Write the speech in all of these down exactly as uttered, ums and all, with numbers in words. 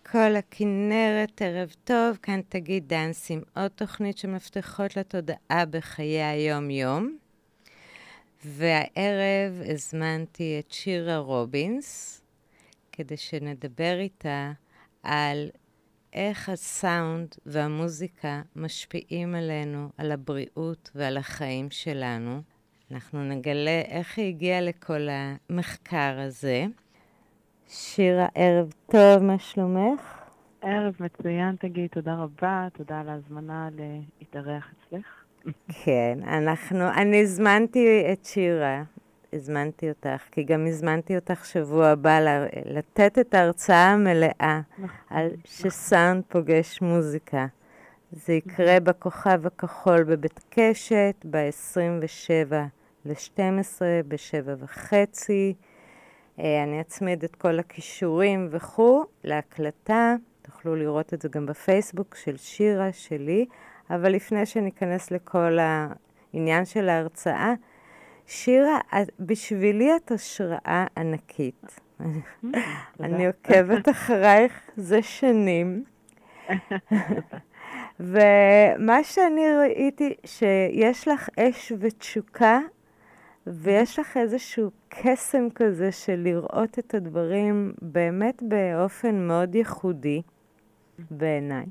כל הכנרת, ערב טוב, כאן תגיד דנסים, עוד תוכנית שמפתחות לתודעה בחיי היום-יום. והערב הזמנתי את שירה רובינס, כדי שנדבר איתה על איך הסאונד והמוזיקה משפיעים עלינו, על הבריאות ועל החיים שלנו. אנחנו נגלה איך היא הגיעה לכל המחקר הזה. שירה, ערב טוב, מה שלומך? ערב מצוין, תגיד, תודה רבה, תודה על ההזמנה להתארח אצלך. כן, אנחנו, אני הזמנתי את שירה, הזמנתי אותך, כי גם הזמנתי אותך שבוע הבא לתת את ההרצאה המלאה על שסאונד פוגש מוזיקה. זה יקרה בכוכב הכחול בבית קשת, ב-עשרים ושבע לשתים עשרה, בשבע וחצי. אני אצמיד את כל הכישורים וכו' להקלטה, תוכלו לראות את זה גם בפייסבוק של שירה שלי, אבל לפני שניכנס לכל העניין של ההרצאה, שירה, בשבילי את השראה ענקית. אני עוקבת אחרייך זה שנים. ומה שאני ראיתי, שיש לך אש ותשוקה, ויש לך איזשהו קסם כזה של לראות את הדברים באמת באופן מאוד ייחודי בעיניי.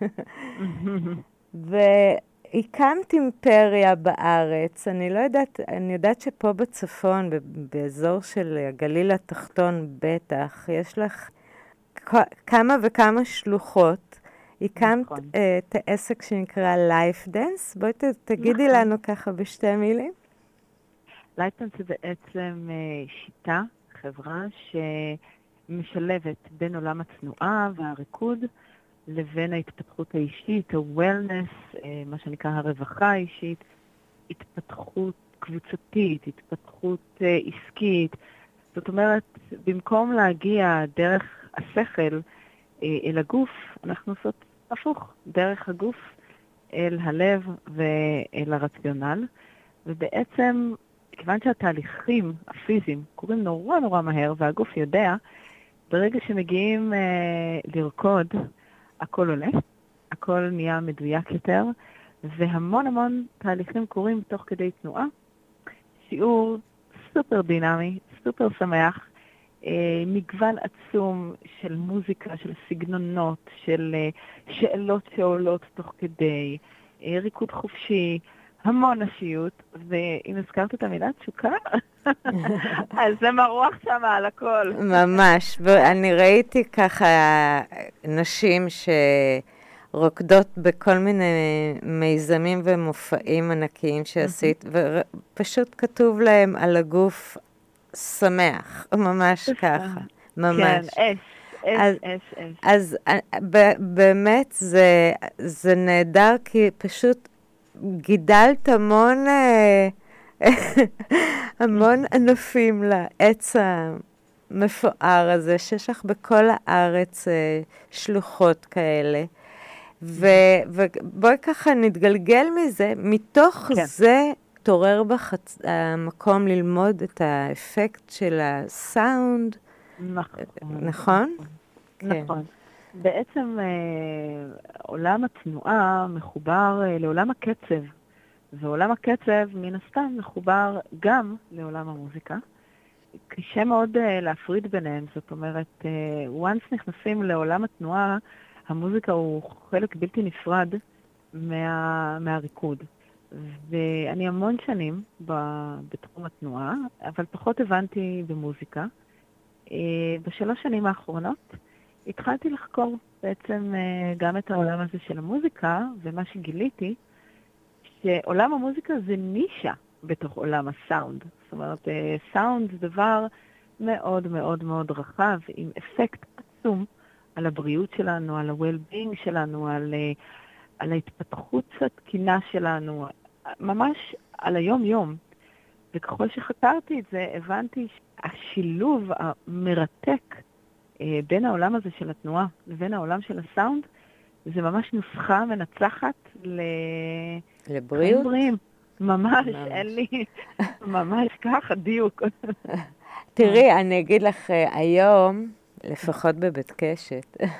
והקמת אימפריה בארץ, אני לא יודעת, אני יודעת שפה בצפון, באזור של הגליל התחתון בטח, יש לך כמה וכמה שלוחות. הקמת נכון. uh, את העסק שנקרא Life Dance, בואי ת, תגידי נכון. לנו ככה בשתי מילים. Life Dance זה בעצם uh, שיטה, חברה שמשלבת בין עולם התנועה והריקוד, לבין ההתפתחות האישית, ה-wellness, uh, מה שנקרא הרווחה האישית, התפתחות קבוצתית, התפתחות uh, עסקית. זאת אומרת, במקום להגיע דרך השכל uh, אל הגוף, אנחנו עושות הפוך, דרך הגוף אל הלב ואל הרציונל, ובעצם, כיוון שהתהליכים הפיזיים קורים נורא נורא מהר, והגוף יודע, ברגע שמגיעים אה, לרקוד, הכל עולה, הכל נהיה מדויק יותר, והמון המון תהליכים קורים תוך כדי תנועה. שיעור סופר דינמי, סופר שמח, אה, מגוון עצום של מוזיקה, של סגנונות, של אה, שאלות שעולות תוך כדי, אה, ריקוד חופשי, המון נשיות, ואם הזכרת את המילה תשוקה, אז זה מרוח שם על הכל. ממש, ואני ראיתי ככה נשים שרוקדות בכל מיני מיזמים ומופעים ענקיים שעשית, ופשוט כתוב להם על הגוף שמח, ממש ככה, ממש. כן, אש. אש, אש, אש. אז באמת זה, זה נהדר, כי פשוט גידלת המון, המון ענפים לעץ המפואר הזה, שיש לך בכל הארץ שלוחות כאלה. ובואי ככה נתגלגל מזה, מתוך כן. זה תורר בך המקום ללמוד את האפקט של הסאונד. נכון. נכון? נכון. כן. בעצם אה, עולם התנועה מחובר אה, לעולם הקצב, ועולם הקצב מן הסתם מחובר גם לעולם המוזיקה. קשה מאוד אה, להפריד ביניהם, זאת אומרת, אה, once נכנסים לעולם התנועה, המוזיקה הוא חלק בלתי נפרד מה, מהריקוד. ואני המון שנים ב, בתחום התנועה, אבל פחות הבנתי במוזיקה. אה, בשלוש שנים האחרונות, התחלתי לחקור בעצם גם את העולם הזה של המוזיקה, ומה שגיליתי, שעולם המוזיקה זה נישה בתוך עולם הסאונד. זאת אומרת, סאונד זה דבר מאוד מאוד מאוד רחב, עם אפקט עצום על הבריאות שלנו, על ה-well-being שלנו, על, על ההתפתחות התקינה שלנו, ממש על היום-יום. וככל שחקרתי את זה, הבנתי שהשילוב המרתק בין העולם הזה של התנועה לבין העולם של הסאונד, זה ממש נוסחה מנצחת ל... לבריאות? ממש, ממש, אין לי, ממש ככה, דיוק. תראי, אני אגיד לך, היום, לפחות בבית קשת,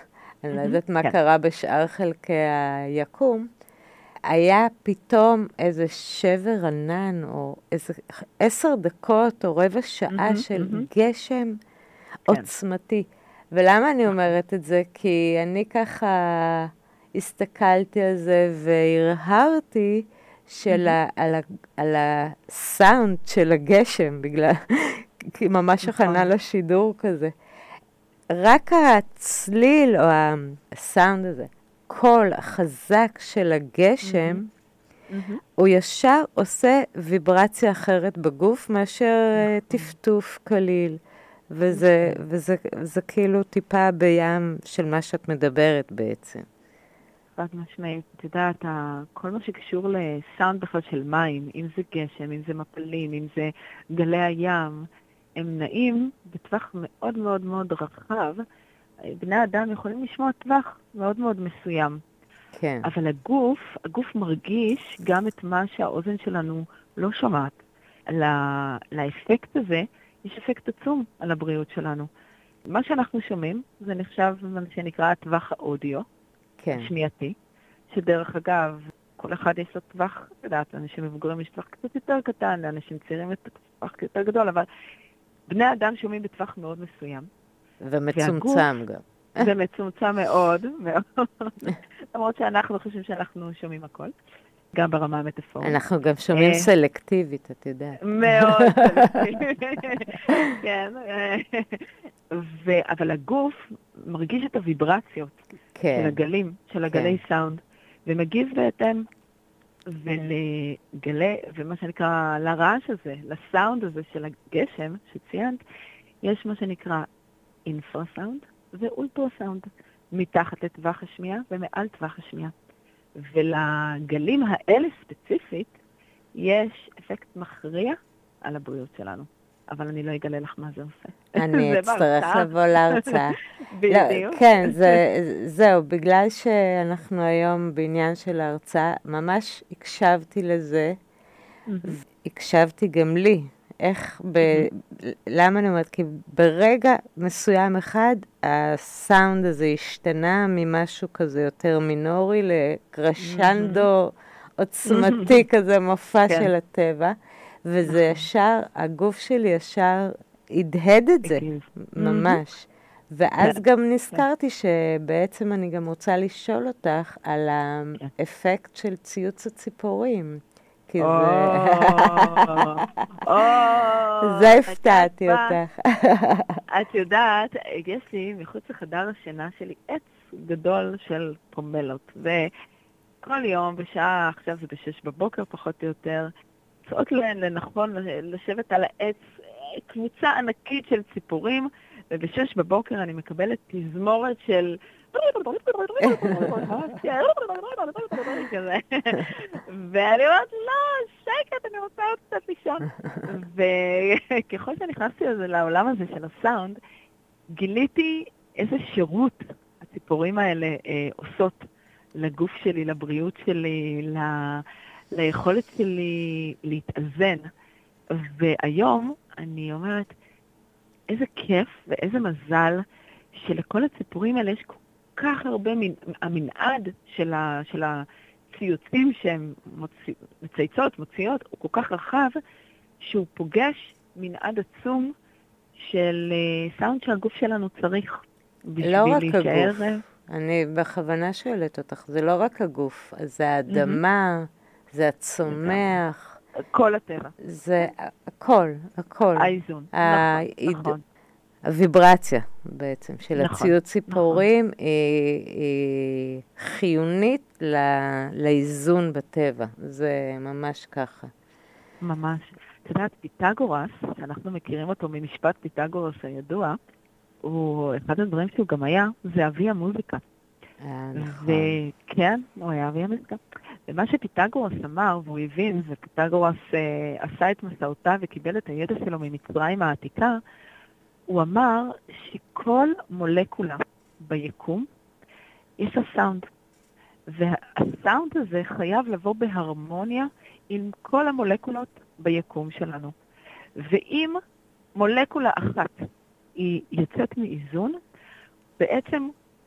אני לא יודעת מה קרה בשאר חלקי היקום, היה פתאום איזה שבר ענן, או איזה עשר דקות או רבע שעה של גשם עוצמתי. ולמה אני אומרת את זה? כי אני ככה הסתכלתי על זה והרהרתי של ה, על, ה, על הסאונד של הגשם, בגלל, כי ממש הכנה לשידור כזה. רק הצליל או הסאונד הזה, קול החזק של הגשם, הוא ישר עושה ויברציה אחרת בגוף מאשר טפטוף קליל. וזה, וזה, וזה כאילו טיפה בים של מה שאת מדברת בעצם. חד משמעית, את יודעת, כל מה שקשור לסאונד בכלל של מים, אם זה גשם, אם זה מפלים, אם זה גלי הים, הם נעים בטווח מאוד מאוד מאוד רחב. בני אדם יכולים לשמוע טווח מאוד מאוד מסוים. כן. אבל הגוף, הגוף מרגיש גם את מה שהאוזן שלנו לא שומעת. לא, לאפקט הזה יש אפקט עצום על הבריאות שלנו. מה שאנחנו שומעים זה נחשב מה שנקרא הטווח האודיו, כן. שמיעתי, שדרך אגב, כל אחד יש לו טווח, יודעת, לאנשים מבוגרים יש טווח קצת יותר קטן, לאנשים צעירים יש טווח יותר גדול, אבל בני אדם שומעים בטווח מאוד מסוים. ומצומצם גם. זה מצומצם מאוד, מאוד. למרות שאנחנו חושבים שאנחנו שומעים הכל, גם ברמה המטאפורית. אנחנו גם שומעים סלקטיבית, את יודעת. מאוד סלקטיבית, כן. אבל הגוף מרגיש את הוויברציות של הגלים, של הגלי סאונד, ומגיב בהתאם ולגלי, ומה שנקרא, לרעש הזה, לסאונד הזה של הגשם שציינת, יש מה שנקרא אינפרסאונד ואולטרסאונד, מתחת לטווח השמיעה ומעל טווח השמיעה. ולגלים האלה ספציפית, יש אפקט מכריע על הבריאות שלנו. אבל אני לא אגלה לך מה זה עושה. אני אצטרך לבוא להרצאה. בדיוק. כן, זהו, בגלל שאנחנו היום בעניין של ההרצאה, ממש הקשבתי לזה, הקשבתי גם לי. איך, למה אני אומרת? כי ברגע מסוים אחד, הסאונד הזה השתנה ממשהו כזה יותר מינורי לקרשנדו עוצמתי כזה, מופע של הטבע. וזה ישר, הגוף שלי ישר הדהד את זה, ממש. ואז גם נזכרתי שבעצם אני גם רוצה לשאול אותך על האפקט של ציוץ הציפורים. כי זה... זה הפתעתי אותך. את יודעת, יש לי מחוץ לחדר השינה שלי עץ גדול של פומלות. וכל יום בשעה, עכשיו זה בשש בבוקר פחות או יותר, צעות להן לנכון לשבת על העץ, קבוצה ענקית של ציפורים, ובשש בבוקר אני מקבלת תזמורת של... ואני אומרת, לא, שקט, אני רוצה עוד קצת לישון. וככל שנכנסתי לעולם הזה של הסאונד, גיליתי איזה שירות הציפורים האלה עושות לגוף שלי, לבריאות שלי, ל... ליכולת שלי להתאזן. והיום אני אומרת, איזה כיף ואיזה מזל שלכל הציפורים האלה יש כל כך הרבה, המנעד של, ה, של הציוצים שהן מוציא, מצייצות, מוציאות, הוא כל כך רחב, שהוא פוגש מנעד עצום של סאונד שהגוף שלנו צריך בשביל לא רק להישאר. הגוף. אני בכוונה שואלת אותך, זה לא רק הגוף, זה האדמה, mm-hmm. זה הצומח. כל הטבע. זה הכל, הכל. האיזון, נכון, נכון. הוויברציה בעצם של נכון, הציוץ ציפורים נכון. היא, היא חיונית ל, לאיזון בטבע. זה ממש ככה. ממש. את יודעת, פיתגורס, שאנחנו מכירים אותו ממשפט פיתגורס הידוע, הוא, אחד הדברים שהוא גם היה, זה אבי המוזיקה. אה, נכון. וכן, הוא היה אבי המוזיקה. ומה שפיתגורס אמר, והוא הבין, ופיתגורס אה, עשה את מסעותיו וקיבל את הידע שלו ממצרים העתיקה, הוא אמר שכל מולקולה ביקום יש לה סאונד. והסאונד הזה חייב לבוא בהרמוניה עם כל המולקולות ביקום שלנו. ואם מולקולה אחת היא יוצאת מאיזון, בעצם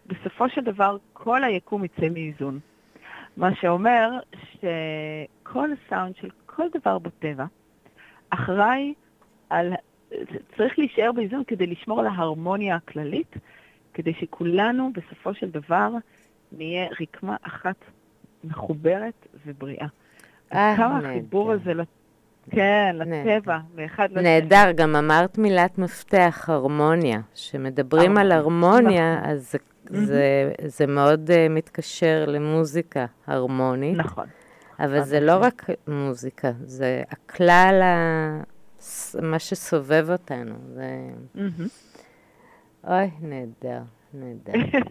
בסופו של דבר כל היקום יצא מאיזון. מה שאומר שכל סאונד של כל דבר בטבע אחראי על, צריך להישאר באיזון כדי לשמור על ההרמוניה הכללית, כדי שכולנו בסופו של דבר נהיה רקמה אחת מחוברת ובריאה. כמה החיבור הזה, כן, לטבע, מאחד לשני. נהדר, גם אמרת מילת מפתח, הרמוניה. שמדברים על הרמוניה, אז זה מאוד מתקשר למוזיקה הרמונית. נכון. אבל זה לא רק מוזיקה, זה הכלל, מה שסובב אותנו. אוי, נהדר, נהדר.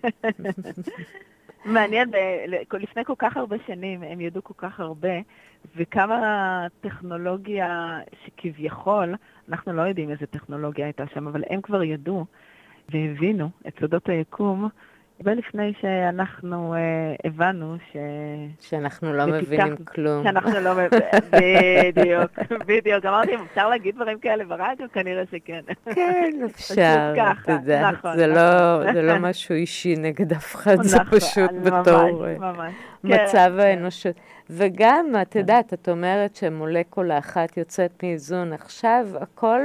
מעניין, לפני כל כך הרבה שנים הם ידעו כל כך הרבה, וכמה טכנולוגיה שכביכול, אנחנו לא יודעים איזה טכנולוגיה הייתה שם, אבל הם כבר ידעו והבינו את סודות היקום, ולפני שאנחנו אה, הבנו ש... שאנחנו לא מבינים כלום. שאנחנו לא מבינים, בדיוק, בדיוק. אמרתי, אפשר להגיד דברים כאלה ברדיו? כנראה שכן. כן, אפשר, אתה יודע. זה לא משהו אישי נגד אף אחד, זה פשוט בתור מצב האנושות. וגם, את יודעת, את אומרת שמולקולה אחת יוצאת מאיזון. עכשיו, הכל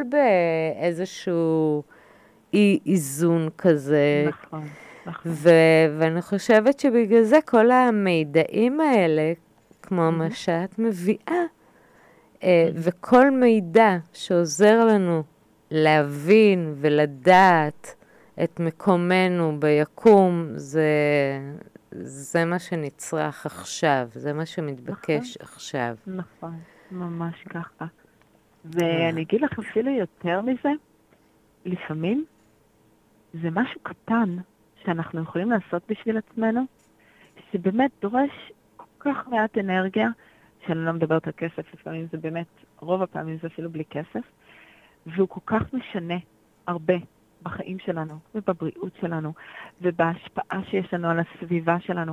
באיזשהו אי איזון כזה. נכון. ו- ואני חושבת שבגלל זה כל המידעים האלה, כמו מה שאת מביאה, אה, וכל מידע שעוזר לנו להבין ולדעת את מקומנו ביקום, זה, זה מה שנצרך עכשיו, זה מה שמתבקש נכון. עכשיו. נכון, ממש ככה. ואני אגיד לך אפילו יותר מזה, לפעמים זה משהו קטן, שאנחנו יכולים לעשות בשביל עצמנו, שבאמת דורש כל כך מעט אנרגיה, שאני לא מדברת על כסף, לפעמים זה באמת, רוב הפעמים זה אפילו בלי כסף, והוא כל כך משנה הרבה בחיים שלנו, ובבריאות שלנו, ובהשפעה שיש לנו על הסביבה שלנו,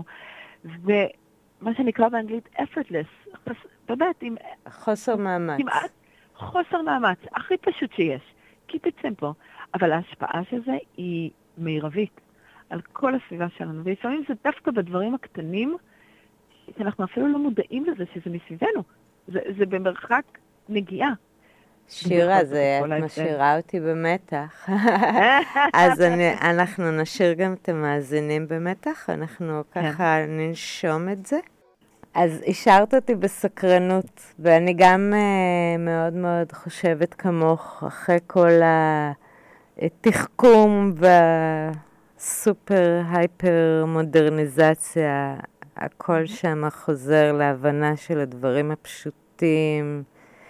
ומה שנקרא באנגלית effortless, באמת, עם... חוסר מאמץ. כמעט חוסר מאמץ, הכי פשוט שיש, keep it simple, אבל ההשפעה של זה היא מירבית. על כל הסביבה שלנו, ולפעמים זה דווקא בדברים הקטנים, שאנחנו אפילו לא מודעים לזה שזה מסביבנו. זה, זה במרחק נגיעה. שירה, זה, את משאירה אותי במתח. אז אני, אנחנו נשאיר גם את המאזינים במתח, אנחנו ככה ננשום את זה. אז השארת אותי בסקרנות, ואני גם uh, מאוד מאוד חושבת כמוך, אחרי כל התחכום וה... סופר הייפר מודרניזציה, הכל שם חוזר להבנה של הדברים הפשוטים,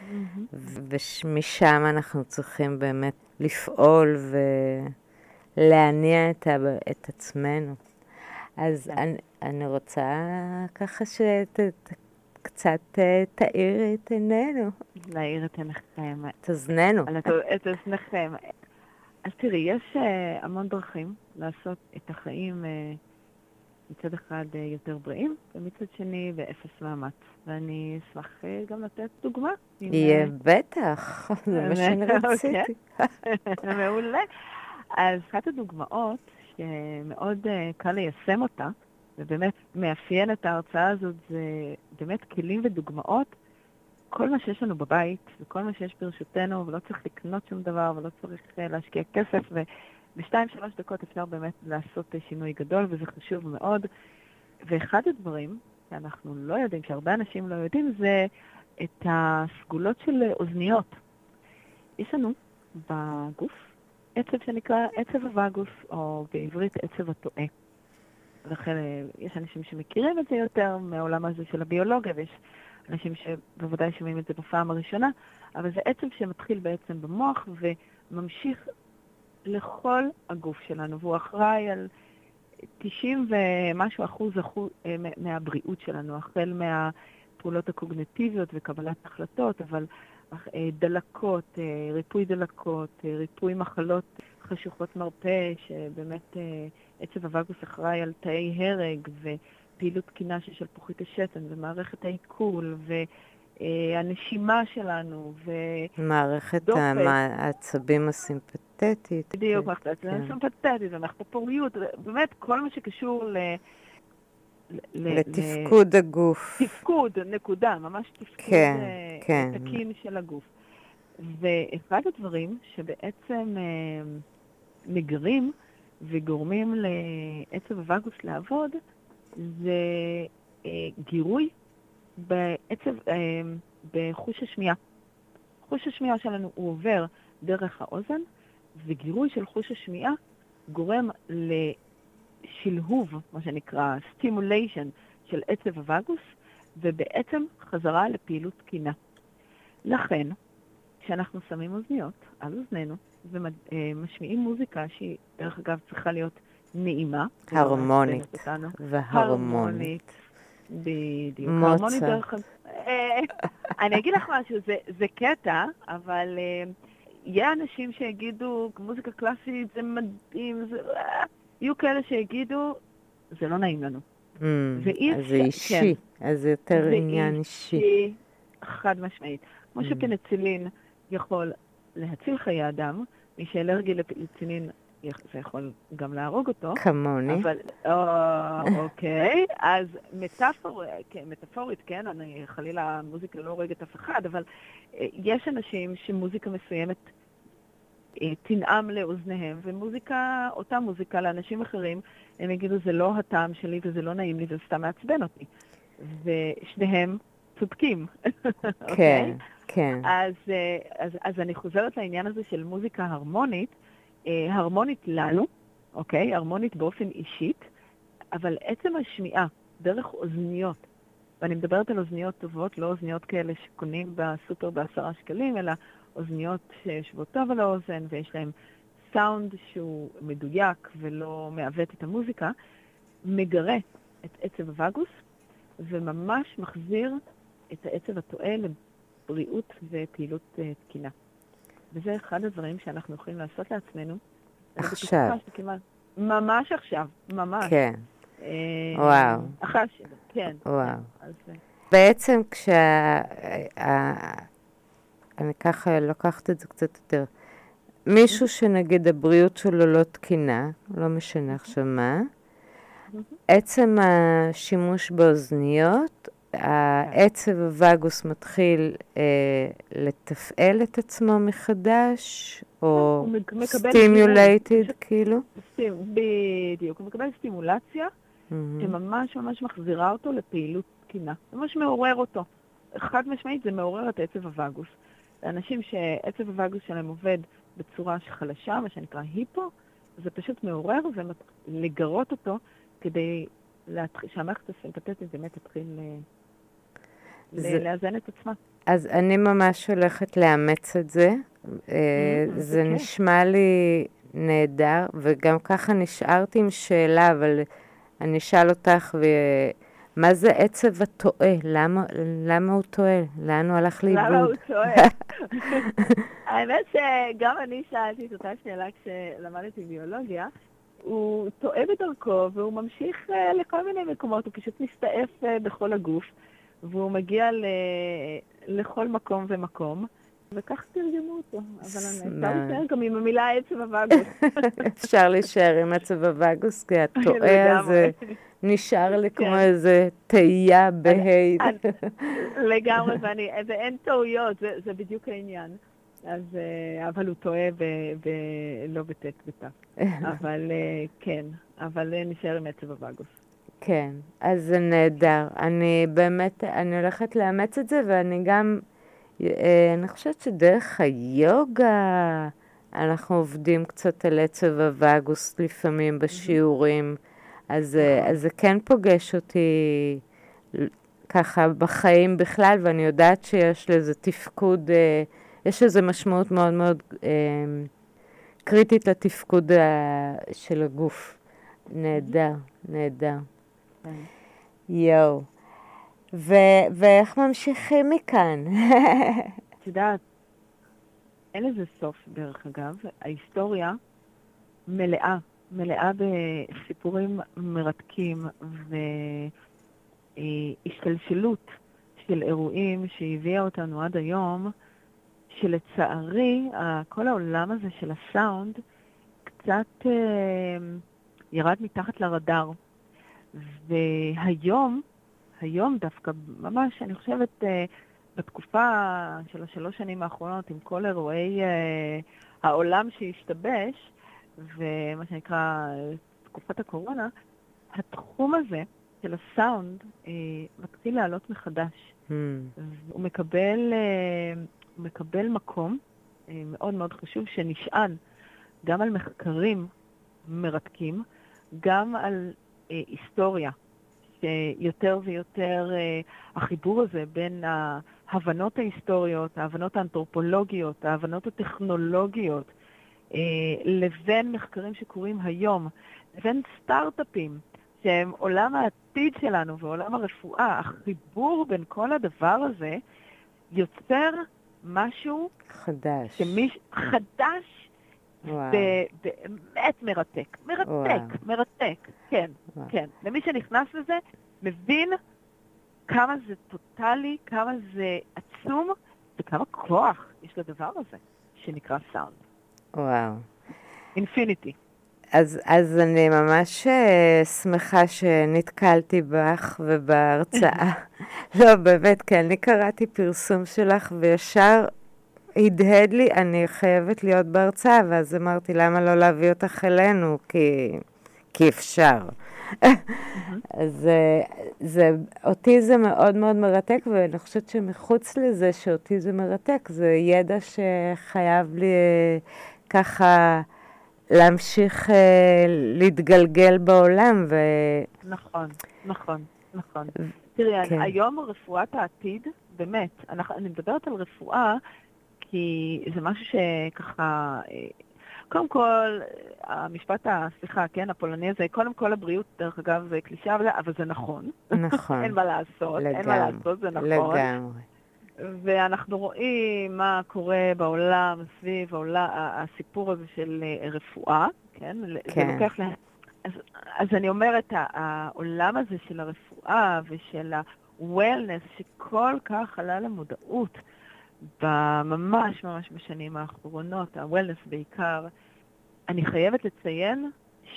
ומשם אנחנו צריכים באמת לפעול ולהניע את, את עצמנו. אז אני, אני רוצה ככה שקצת תאיר את עינינו. להאיר את עיניכם. את אוזנינו. את אוזניכם. אז תראי, יש uh, המון דרכים לעשות את החיים uh, מצד אחד uh, יותר בריאים, ומצד שני באפס מאמץ. ואני אשמח uh, גם לתת דוגמה. יהיה uh... בטח, זה מה שאני רציתי. מעולה. אז אחת הדוגמאות שמאוד uh, קל ליישם אותה, ובאמת מאפיין את ההרצאה הזאת, זה באמת כלים ודוגמאות, כל מה שיש לנו בבית, וכל מה שיש ברשותנו, ולא צריך לקנות שום דבר, ולא צריך להשקיע כסף, ובשתיים, שלוש דקות אפשר באמת לעשות שינוי גדול, וזה חשוב מאוד. ואחד הדברים שאנחנו לא יודעים, שהרבה אנשים לא יודעים, זה את הסגולות של אוזניות. יש לנו בגוף עצב שנקרא עצב הווגוס, או בעברית עצב הטועה. לכן יש אנשים שמכירים את זה יותר מהעולם הזה של הביולוגיה, ויש אנשים שבוודאי שומעים את זה בפעם הראשונה, אבל זה עצב שמתחיל בעצם במוח וממשיך לכל הגוף שלנו, והוא אחראי על תשעים ומשהו אחוז, אחוז מהבריאות שלנו, החל מהפעולות הקוגניטיביות וקבלת החלטות, אבל דלקות, ריפוי דלקות, ריפוי מחלות חשוכות מרפא, שבאמת עצב הווגוס אחראי על תאי הרג ו... פעילות תקינה של שלפוחית השתן ומערכת העיכול הנשימה שלנו ו... מערכת דופק. העצבים הסימפתטית. בדיוק, מערכת העצבים הסימפתטית ומערכת הפוריות, באמת כל מה שקשור ל... לתפקוד הגוף. תפקוד, נקודה, ממש תפקוד תקין של הגוף. ואחד הדברים שבעצם מגרים וגורמים לעצב הווגוס לעבוד, זה גירוי בעצב, בחוש השמיעה. חוש השמיעה שלנו הוא עובר דרך האוזן, וגירוי של חוש השמיעה גורם לשלהוב, מה שנקרא stimulation של עצב הווגוס, ובעצם חזרה לפעילות תקינה. לכן, כשאנחנו שמים אוזניות על אוזנינו, ומשמיעים מוזיקה שהיא, דרך אגב, צריכה להיות נעימה. הרמונית. והרמונית. בדיוק. מוצא. אני אגיד לך משהו, זה קטע, אבל יהיה אנשים שיגידו, מוזיקה קלאסית זה מדהים, יהיו כאלה שיגידו, זה לא נעים לנו. אז זה אישי, אז זה יותר עניין אישי. זה אישי, חד משמעית. כמו שפניצילין יכול להציל חיי אדם, מי שאלרגי לפניצילין זה יכול גם להרוג אותו. כמוני. אבל, אוקיי, אז מטאפורית, כן, אני חלילה, מוזיקה לא הורגת אף אחד, אבל יש אנשים שמוזיקה מסוימת תנעם לאוזניהם, ומוזיקה, אותה מוזיקה לאנשים אחרים, הם יגידו, זה לא הטעם שלי וזה לא נעים לי, זה סתם מעצבן אותי. ושניהם צודקים. כן, כן. אז, אז, אז אני חוזרת לעניין הזה של מוזיקה הרמונית, הרמונית לנו, אוקיי? הרמונית באופן אישית, אבל עצם השמיעה דרך אוזניות, ואני מדברת על אוזניות טובות, לא אוזניות כאלה שקונים בסופר בעשרה שקלים, אלא אוזניות שיושבות טוב על האוזן, ויש להם סאונד שהוא מדויק ולא מעוות את המוזיקה, מגרה את עצב הווגוס, וממש מחזיר את העצב הטועה לבריאות ופעילות uh, תקינה. וזה אחד הדברים שאנחנו יכולים לעשות לעצמנו. עכשיו. שכמעט, ממש עכשיו, ממש. כן. אה, וואו. אחרי השם, כן. וואו. כן, אז... בעצם כשה... אני ככה לוקחת את זה קצת יותר. מישהו שנגיד הבריאות שלו לא תקינה, לא משנה עכשיו מה, עצם השימוש באוזניות, העצב הווגוס מתחיל אה, לתפעל את עצמו מחדש, או stimulated כאילו? בדיוק, הוא מקבל סטימולציה, שממש ממש מחזירה אותו לפעילות תקינה. ממש מעורר אותו. חד משמעית זה מעורר את עצב הווגוס. לאנשים שעצב הווגוס שלהם עובד בצורה חלשה, מה שנקרא היפו, זה פשוט מעורר ולגרות אותו כדי שהמערכת הסימפתטית באמת תתחיל לאזן את עצמה. אז אני ממש הולכת לאמץ את זה. זה נשמע לי נהדר, וגם ככה נשארתי עם שאלה, אבל אני אשאל אותך, מה זה עצב הטועה? למה הוא טועה? לאן הוא הלך לאיבוד? למה הוא טועה? האמת שגם אני שאלתי את אותה שאלה כשלמדתי ביולוגיה. הוא טועה בדרכו והוא ממשיך לכל מיני מקומות, הוא פשוט מסתעף בכל הגוף, והוא מגיע לכל מקום ומקום, וכך תרגמו אותו. אבל אני אפשר להישאר גם עם המילה עצב הווגוס. אפשר להישאר עם עצב הווגוס, כי הטועה הזה נשאר לי כמו איזה תהייה בהי. לגמרי, ואין טעויות, זה בדיוק העניין. אז, אבל הוא טועה ולא בטט בטף. אבל כן, אבל נשאר עם עצב הווגוס. כן, אז זה נהדר. אני באמת, אני הולכת לאמץ את זה, ואני גם, אני חושבת שדרך היוגה אנחנו עובדים קצת על עצב הווגוס לפעמים בשיעורים, אז, אז זה כן פוגש אותי ככה בחיים בכלל, ואני יודעת שיש לזה תפקוד, יש לזה משמעות מאוד מאוד קריטית לתפקוד של הגוף. נהדר, נהדר. יואו. ואיך ממשיכים מכאן? את יודעת, אין לזה סוף דרך אגב. ההיסטוריה מלאה, מלאה בסיפורים מרתקים והשתלשלות של אירועים שהביאה אותנו עד היום, שלצערי, כל העולם הזה של הסאונד קצת אה, ירד מתחת לרדאר. והיום, היום דווקא, ממש, אני חושבת, אה, בתקופה של השלוש שנים האחרונות, עם כל אירועי אה, העולם שהשתבש, ומה שנקרא תקופת הקורונה, התחום הזה של הסאונד אה, מתחיל לעלות מחדש. Hmm. הוא מקבל, אה, הוא מקבל מקום אה, מאוד מאוד חשוב שנשען גם על מחקרים מרתקים, גם על אה, היסטוריה, שיותר ויותר אה, החיבור הזה בין ההבנות ההיסטוריות, ההבנות האנתרופולוגיות, ההבנות הטכנולוגיות, אה, לבין מחקרים שקורים היום, לבין סטארט-אפים, שהם עולם העתיד שלנו ועולם הרפואה, החיבור בין כל הדבר הזה יוצר משהו חדש. שמיש... חדש ובאמת מרתק. מרתק, וואו. מרתק, כן, וואו. כן. למי שנכנס לזה, מבין כמה זה טוטלי, כמה זה עצום, וכמה כוח יש לדבר הזה, שנקרא סאונד. וואו. אינפיניטי. אז, אז אני ממש שמחה שנתקלתי בך ובהרצאה. לא, באמת, כי אני קראתי פרסום שלך וישר הדהד לי, אני חייבת להיות בהרצאה, ואז אמרתי, למה לא להביא אותך אלינו? כי, כי אפשר. אז זה, אותי זה מאוד מאוד מרתק, ואני חושבת שמחוץ לזה שאותי זה מרתק, זה ידע שחייב לי ככה להמשיך להתגלגל בעולם. ו... נכון, נכון, נכון. תראי, כן. היום רפואת העתיד, באמת, אנחנו, אני מדברת על רפואה, כי זה משהו שככה, קודם כל, המשפט, סליחה, כן, הפולני הזה, קודם כל הבריאות, דרך אגב, זה קלישה, אבל זה נכון. נכון. אין מה לעשות, לגמרי, אין מה לעשות, זה נכון. לגמרי. ואנחנו רואים מה קורה בעולם סביב העולם, הסיפור הזה של רפואה, כן? כן. זה לוקח לה... אז, אז אני אומרת, העולם הזה של הרפואה ושל ה-wellness, שכל כך עלה למודעות, ממש ממש בשנים האחרונות, ה-wellness בעיקר, אני חייבת לציין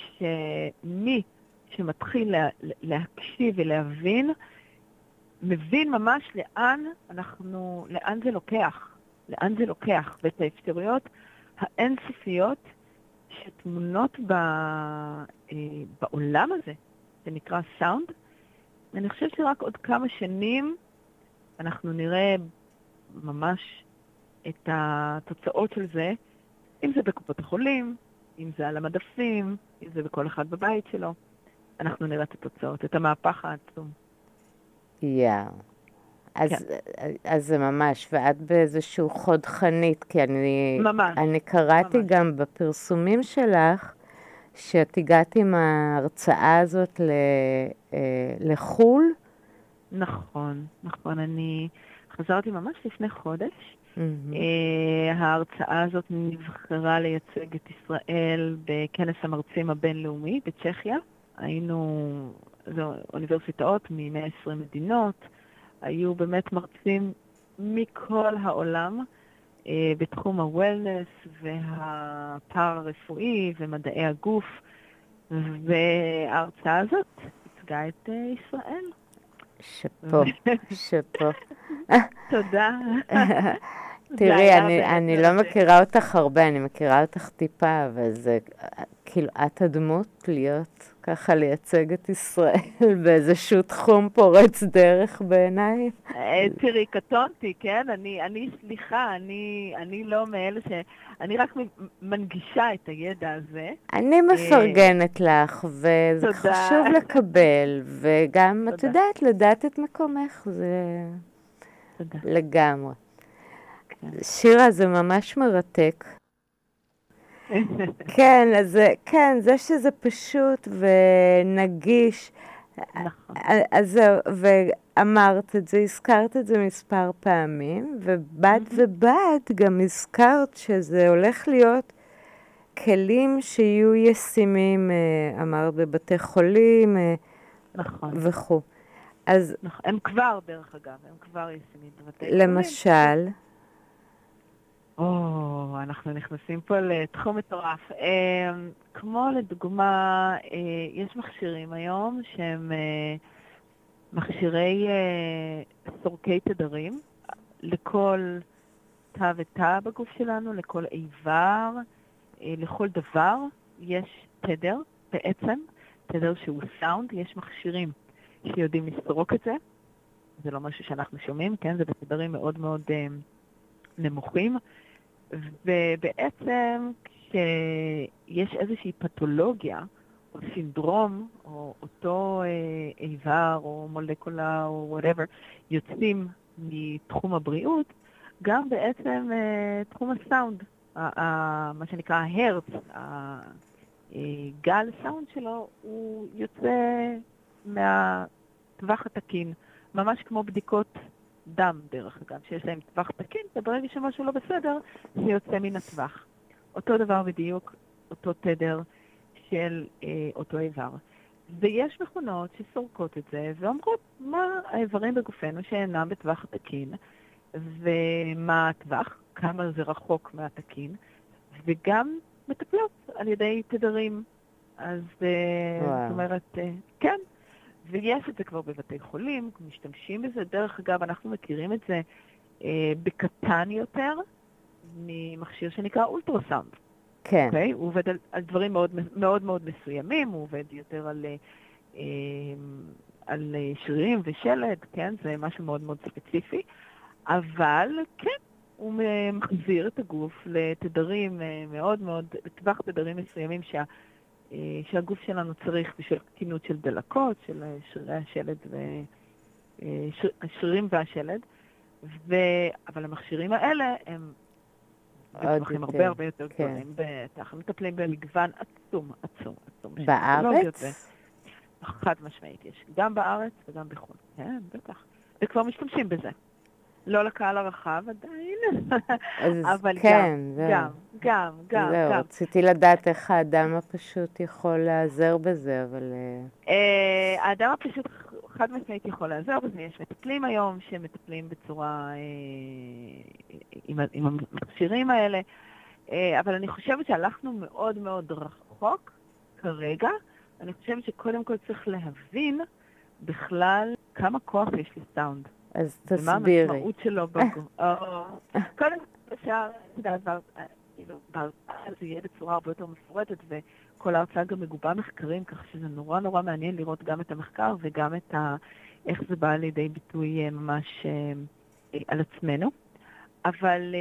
שמי שמתחיל לה, להקשיב ולהבין, מבין ממש לאן אנחנו, לאן זה לוקח, לאן זה לוקח, ואת האפשרויות האינסופיות שתמונות ב, אה, בעולם הזה, שנקרא סאונד. אני חושבת שרק עוד כמה שנים אנחנו נראה ממש את התוצאות של זה, אם זה בקופות החולים, אם זה על המדפים, אם זה בכל אחד בבית שלו. אנחנו נראה את התוצאות, את המהפך העצום. יאה. אז, כן. אז זה ממש, ואת באיזשהו חוד חנית, כי אני, ממש, אני קראתי ממש. גם בפרסומים שלך, שאת הגעת עם ההרצאה הזאת ל, לחול. נכון, נכון. אני חזרתי ממש לפני חודש. Mm-hmm. ההרצאה הזאת נבחרה לייצג את ישראל בכנס המרצים הבינלאומי בצ'כיה. היינו, זו אוניברסיטאות מ-מאה ועשרים מדינות, היו באמת מרצים מכל העולם אה, בתחום ה-wellness והפארה-רפואי ומדעי הגוף, וההרצאה הזאת ייצגה את אה, ישראל. שפו, שפו. תודה. תראי, אני, אני לא מכירה אותך הרבה, אני מכירה אותך טיפה, אבל זה, כאילו, את הדמות להיות, ככה לייצג את ישראל באיזשהו תחום פורץ דרך בעיניי. תראי, קטונתי, כן? אני, אני סליחה, אני, אני לא מאלה ש... אני רק מנגישה את הידע הזה. אני מפרגנת לך, וזה חשוב לקבל, וגם, את יודעת, לדעת את מקומך, זה לגמרי. שירה, זה ממש מרתק. כן, אז כן, זה שזה פשוט ונגיש. נכון. אז ואמרת את זה, הזכרת את זה מספר פעמים, ובד ובד גם הזכרת שזה הולך להיות כלים שיהיו ישימים, אמרת, בבתי חולים נכון. וכו'. אז... הם כבר, דרך אגב, הם כבר ישימים בבתי חולים. למשל? או, אנחנו נכנסים פה לתחום מטורף. כמו לדוגמה, יש מכשירים היום שהם מכשירי סורקי תדרים לכל תא ותא בגוף שלנו, לכל איבר, לכל דבר יש תדר בעצם, תדר שהוא סאונד, יש מכשירים שיודעים לסרוק את זה, זה לא משהו שאנחנו שומעים, כן? זה בתדרים מאוד מאוד נמוכים, ובעצם כשיש איזושהי פתולוגיה או סינדרום או אותו איבר או מולקולה או whatever יוצאים מתחום הבריאות, גם בעצם תחום הסאונד, מה שנקרא ההרץ, הגל סאונד שלו, הוא יוצא מהטווח התקין, ממש כמו בדיקות דם דרך אגב, שיש להם טווח תקין, וברגע שמשהו לא בסדר, זה יוצא מן הטווח. אותו דבר בדיוק, אותו תדר של אה, אותו איבר. ויש מכונות שסורקות את זה, ואומרות מה האיברים בגופנו שאינם בטווח התקין, ומה הטווח, כמה זה רחוק מהתקין, וגם מטפלות על ידי תדרים. אז אה, זאת אומרת, אה, כן. ויש את זה כבר בבתי חולים, משתמשים בזה. דרך אגב, אנחנו מכירים את זה אה, בקטן יותר ממכשיר שנקרא אולטרסאונד. כן. Okay? הוא עובד על, על דברים מאוד מאוד מאוד מסוימים, הוא עובד יותר על, אה, על שרירים ושלד, כן? זה משהו מאוד מאוד ספציפי. אבל כן, הוא מחזיר את הגוף לתדרים מאוד מאוד, לטווח תדרים מסוימים שה... שהגוף שלנו צריך בשביל תקינות של דלקות, של שרירי השלד והשרירים והשלד, ו... אבל המכשירים האלה הם בטווחים הרבה הרבה יותר גדולים, בטח, הם מטפלים במגוון עצום, עצום, עצום. בארץ? חד משמעית יש, גם בארץ וגם בחו"ל, כן, בטח. וכבר משתמשים בזה. לא לקהל הרחב עדיין, אבל כן, גם, גם, גם, גם. זהו, רציתי לדעת איך האדם הפשוט יכול לעזר בזה, אבל... האדם הפשוט חד משמעית יכול לעזר בזה. יש מטפלים היום שמטפלים בצורה עם המכשירים האלה, אבל אני חושבת שהלכנו מאוד מאוד רחוק כרגע. אני חושבת שקודם כל צריך להבין בכלל כמה כוח יש לסאונד. אז תסבירי. ומה המשמעות שלו בגוף. קודם כל אפשר, זה יהיה בצורה הרבה יותר מפורטת, וכל ההרצאה גם מגובה מחקרים, כך שזה נורא נורא מעניין לראות גם את המחקר וגם את ה... איך זה בא לידי ביטוי ממש על עצמנו. אבל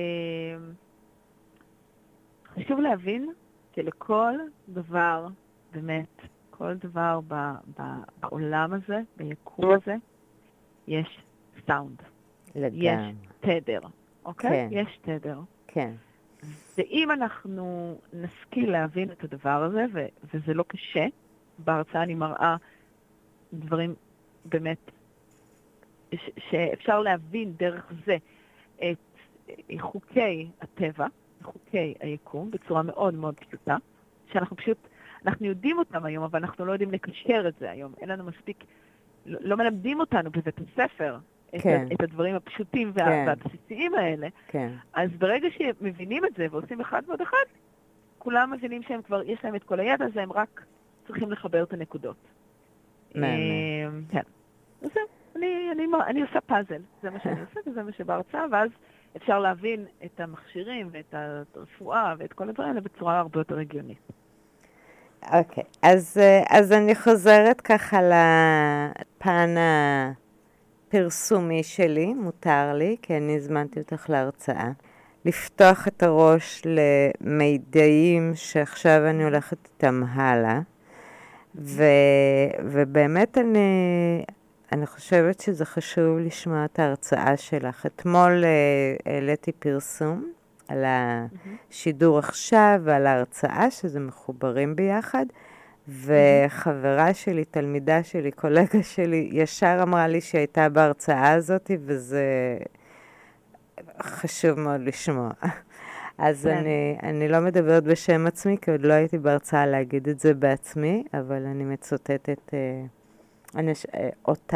חשוב להבין שלכל דבר, באמת, כל דבר בעולם הזה, ביקום הזה, יש סאונד. יש תדר, אוקיי? כן. יש תדר. כן. ואם אנחנו נשכיל להבין את הדבר הזה, ו- וזה לא קשה, בהרצאה אני מראה דברים באמת ש- שאפשר להבין דרך זה את חוקי הטבע, חוקי היקום, בצורה מאוד מאוד פשוטה, שאנחנו פשוט, אנחנו יודעים אותם היום, אבל אנחנו לא יודעים לקשר את זה היום. אין לנו מספיק, לא, לא מלמדים אותנו בבית הספר, כן. את, את הדברים הפשוטים וה, כן. והבסיסיים האלה. כן. אז ברגע שמבינים את זה ועושים אחד ועוד אחד, כולם מבינים שהם כבר, יש להם את כל הידע הזה, הם רק צריכים לחבר את הנקודות. מעניין. כן. אז אני, אני, אני עושה פאזל, זה מה שאני עושה, וזה מה שבהרצאה, ואז אפשר להבין את המכשירים ואת הרפואה ואת כל הדברים האלה בצורה הרבה יותר הגיונית. אוקיי, אז, אז אני חוזרת ככה לפן הפרסומי שלי, מותר לי, כי אני הזמנתי אותך להרצאה, לפתוח את הראש למידעים שעכשיו אני הולכת איתם הלאה, ו, ובאמת אני, אני חושבת שזה חשוב לשמוע את ההרצאה שלך. אתמול העליתי פרסום על השידור עכשיו ועל ההרצאה, שזה מחוברים ביחד, וחברה שלי, תלמידה שלי, קולגה שלי, ישר אמרה לי שהייתה בהרצאה הזאת, וזה חשוב מאוד לשמוע. אז אני, אני לא מדברת בשם עצמי, כי עוד לא הייתי בהרצאה להגיד את זה בעצמי, אבל אני מצוטטת אני, אותה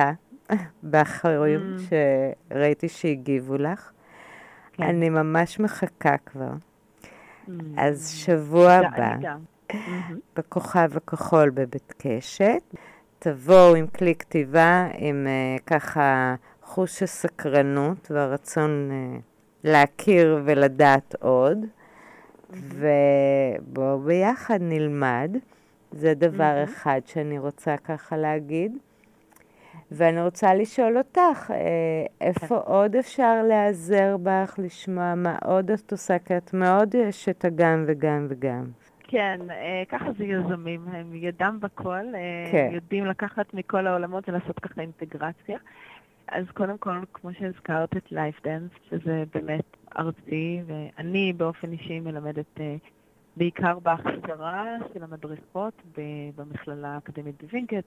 באחרים Mm. שראיתי שהגיבו לך. כן. אני ממש מחכה כבר. Mm. אז שבוע גם- הבא, אני גם. מהמם. בכוכב הכחול בבית קשת, תבואו עם כלי כתיבה, עם uh, ככה חוש הסקרנות והרצון uh, להכיר ולדעת עוד, ובואו ביחד נלמד. זה דבר מהמם. אחד שאני רוצה ככה להגיד. ואני רוצה לשאול אותך, אה, איפה עוד אפשר להיעזר בך, לשמוע מה עוד את עושה, כי את מאוד יש את הגם וגם וגם. כן, אה, ככה זה יזמים, הם ידם בכל, אה, כן. הם יודעים לקחת מכל העולמות ולעשות ככה אינטגרציה. אז קודם כל, כמו שהזכרת את לייפדנס, שזה באמת ארצי, ואני באופן אישי מלמדת אה, בעיקר בהכשרה של המדריכות ב- במכללה האקדמית בווינגייט,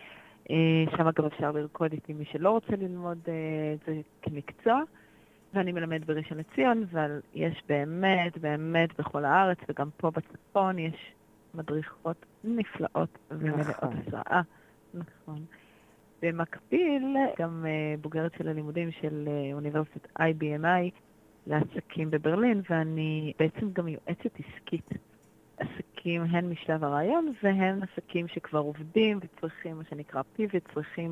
ושם אגב אפשר לרקוד איתי מי שלא רוצה ללמוד אה, את זה כמקצוע. ואני מלמד בראשון לציון, אבל יש באמת, באמת בכל הארץ, וגם פה בצפון יש מדריכות נפלאות ומלאות נכון. השראה. נכון. במקביל, גם uh, בוגרת של הלימודים של uh, אוניברסיטת איי בי אם איי לעסקים בברלין, ואני בעצם גם יועצת עסקית. עסקים הן משלב הרעיון, והן עסקים שכבר עובדים וצריכים, מה שנקרא פיבוט, צריכים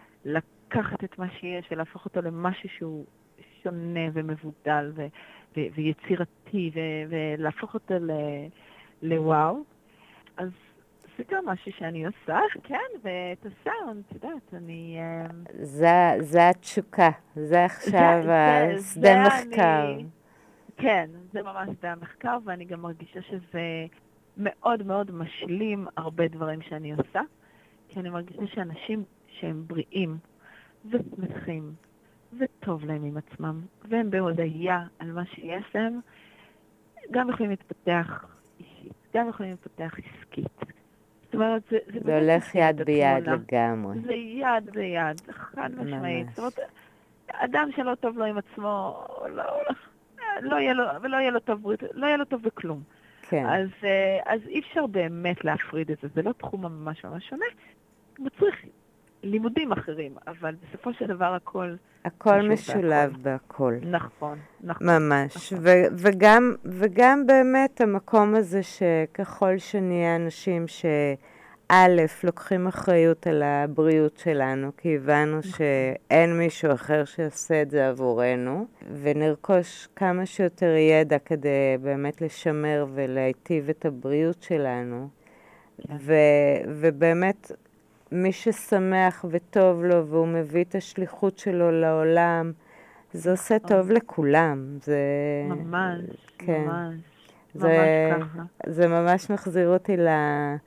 לקחת את מה שיש ולהפוך אותו למשהו שהוא שונה ומבודל ו- ו- ויצירתי ו- ולהפוך אותו ל- לוואו. אז זה גם משהו שאני עושה, כן, ואת הסאונד, את יודעת, אני... זה, זה התשוקה, זה עכשיו זה- זה- שדה זה מחקר. אני- כן, זה ממש שדה המחקר, ואני גם מרגישה שזה מאוד מאוד משלים הרבה דברים שאני עושה, כי אני מרגישה שאנשים שהם בריאים ושמחים וטוב להם עם עצמם, והם בהודעה על מה שיש להם, גם יכולים להתפתח אישית, גם יכולים להתפתח עסקית. זאת אומרת, זה, זה, זה הולך יד ביד לגמרי. זה יד ביד, חד משמעית. זאת אומרת, אדם שלא טוב לו עם עצמו, לא, לא, לא יהיה לו, ולא יהיה לו טוב ברית, לא יהיה לו טוב בכלום. כן. אז, אז אי אפשר באמת להפריד את זה, זה לא תחום ממש ממש שונה. הוא צריך לימודים אחרים, אבל בסופו של דבר הכל... הכל משולב בהכל. נכון, נכון. ממש. נכון. ו- וגם, וגם באמת המקום הזה שככל שנהיה אנשים שא' לוקחים אחריות על הבריאות שלנו, כי הבנו נכון. שאין מישהו אחר שעושה את זה עבורנו, ונרכוש כמה שיותר ידע כדי באמת לשמר ולהיטיב את הבריאות שלנו. כן. ו- ובאמת... מי ששמח וטוב לו והוא מביא את השליחות שלו לעולם, זה עושה טוב לכולם. זה... ממש, כן. ממש, זה... ממש ככה. זה ממש מחזיר אותי ל...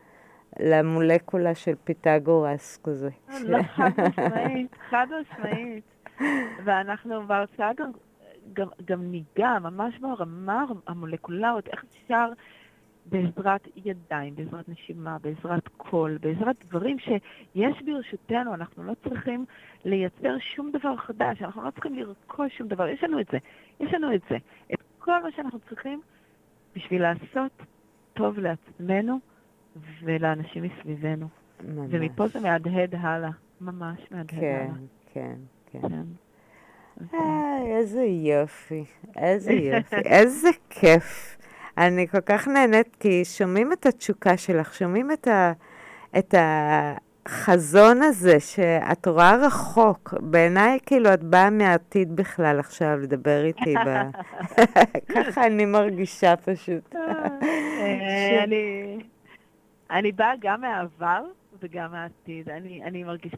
למולקולה של פיתגורס כזה. לא, חד משמעית, חד משמעית. ואנחנו בהרצאה גם, גם, גם ניגע ממש ברמה המולקולרית, איך אפשר... בעזרת ידיים, בעזרת נשימה, בעזרת קול, בעזרת דברים שיש ברשותנו, אנחנו לא צריכים לייצר שום דבר חדש, אנחנו לא צריכים לרכוש שום דבר, יש לנו את זה, יש לנו את זה. את כל מה שאנחנו צריכים בשביל לעשות טוב לעצמנו ולאנשים מסביבנו. ממש. ומפה זה מהדהד הלאה, ממש מהדהד כן, הלאה. כן, כן, כן. כן. איי, איזה יופי, איזה יופי, איזה כיף. אני כל כך נהנית, כי שומעים את התשוקה שלך, שומעים את, ה, את החזון הזה, שאת רואה רחוק. בעיניי, כאילו, את באה מהעתיד בכלל עכשיו לדבר איתי. ב... ככה אני מרגישה פשוט. אני, אני באה גם מהעבר וגם מהעתיד. אני, אני מרגישה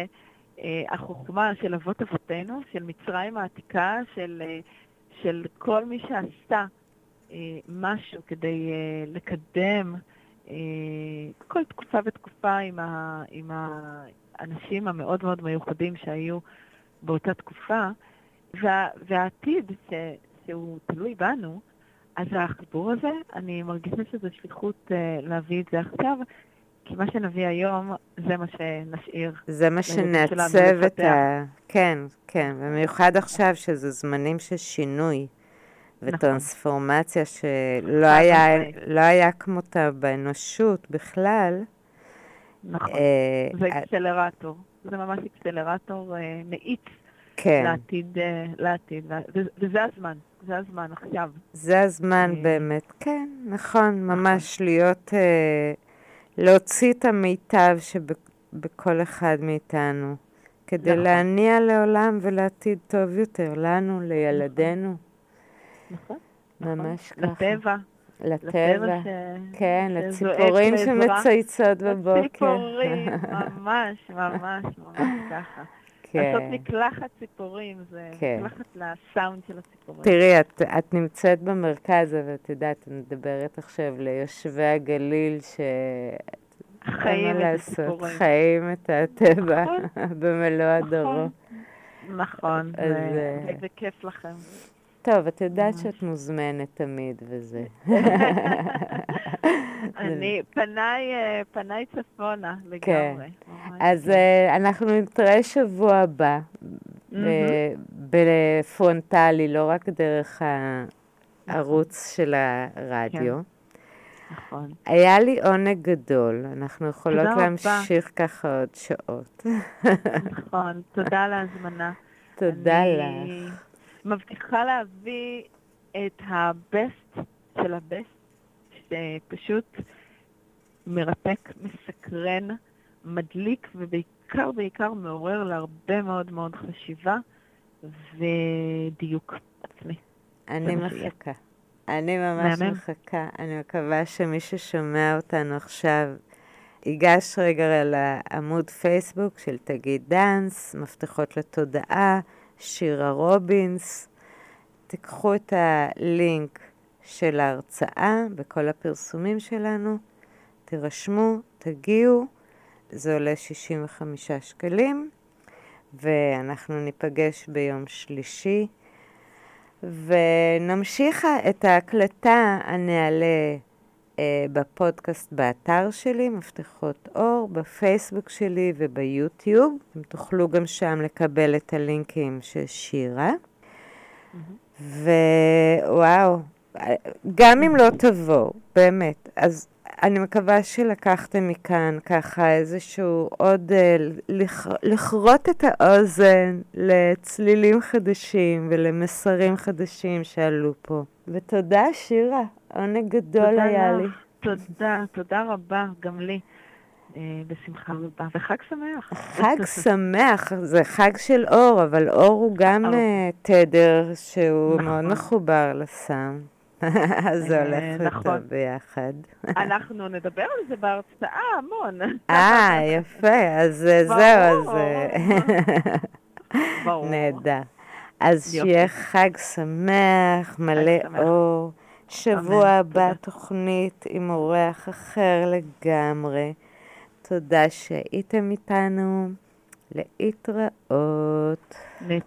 שהחוכמה של אבות אבותינו, של מצרים העתיקה, של, של כל מי שעשתה, משהו כדי uh, לקדם uh, כל תקופה ותקופה עם, ה, עם האנשים המאוד מאוד מיוחדים שהיו באותה תקופה, וה, והעתיד ש, שהוא תלוי בנו, אז החיבור הזה, אני מרגישה שזו שליחות uh, להביא את זה עכשיו, כי מה שנביא היום זה מה שנשאיר. זה מה שנעצב את ה... כן, כן, במיוחד עכשיו שזה זמנים של שינוי. וטרנספורמציה שלא היה, לא היה כמותה באנושות בכלל, נכון. אה, זה אה, אקסלרטור. זה ממש אקסלרטור אה, מאיץ כן, לעתיד, אה, לעתיד. ו- וזה הזמן, זה הזמן עכשיו. זה הזמן אה, באמת, כן, נכון, נכון, ממש להיות, אה, להוציא את המיטב שבכל אחד מאיתנו, כדי נכון, להניע לעולם ולעתיד טוב יותר, לנו, נכון, לילדינו, נכון, נכון. ממש ככה. לטבע, לטבע לטבע, ש... כן, שזועק לציפורים לעזרה. שמצייצות בבוקר. הציפורים, ממש, ממש, ממש ככה. לעשות כן, מקלחת ציפורים, זה כן. מקלחת לסאונד של הציפורים. תראי, את, את נמצאת במרכז, אבל את יודעת, את מדברת עכשיו ליושבי הגליל שאין מה חיים את לעשות, הציפורים. חיים את הטבע נכון, במלוא הדרו. נכון, נכון, אז ו- אה, ו- וכיף לכם. טוב, את יודעת ממש. שאת מוזמנת תמיד וזה. אני, פניי, אה, פניי צפונה כן. לגמרי. ממש אז כן. אה, אנחנו נתראה שבוע הבא, מהמם. ב- בפרונטלי, לא רק דרך נכון, הערוץ של כן, הרדיו. נכון. היה לי עונג גדול, אנחנו יכולות תודה רבה. להמשיך ככה עוד שעות. נכון, תודה על ההזמנה. תודה אני לך. מבטיחה להביא את הבסט של הבסט, שפשוט מרתק, מסקרן, מדליק, ובעיקר בעיקר מעורר להרבה מאוד מאוד חשיבה ודיוק עצמי. אני זה מה שיהיה. מחכה. אני ממש מהמם. מחכה. אני מקווה שמי ששומע אותנו עכשיו ייגש רגע לעמוד פייסבוק של תגיד דאנס, מפתחות לתודעה, שירה רובינס. תיקחו את הלינק של ההרצאה בכל הפרסומים שלנו, תירשמו, תגיעו, זה עולה שישים וחמישה שקלים, ואנחנו ניפגש ביום שלישי, ונמשיך את ההקלטה, אני אעלה אה, בפודקאסט באתר שלי, מפתחות אור, בפייסבוק שלי וביוטיוב. אתם תוכלו גם שם לקבל את הלינקים של שירה. ווואו, גם אם לא תבואו, באמת, אז אני מקווה שלקחתם מכאן ככה איזשהו עוד, לכ... לכרות את האוזן לצלילים חדשים ולמסרים חדשים שעלו פה. ותודה שירה, עונג גדול תודה היה לך. לי. תודה, תודה רבה, גם לי. אה, בשמחה רבה, וחג שמח. חג שמח, זה חג של אור, אבל אור הוא גם אור. אה, תדר שהוא נכון. מאוד מחובר לסם. אז זה אה, הולך נכון. יותר ביחד. אנחנו נדבר על זה בהרצאה המון. אה, יפה, אז אה, ברור. זהו, אז אה, ברור. נהדר. אז יופי. שיהיה חג שמח, מלא שמח. אור. שבוע אמן, הבא תודה. תוכנית עם אורח אחר לגמרי. תודה שהייתם איתנו. להתראות.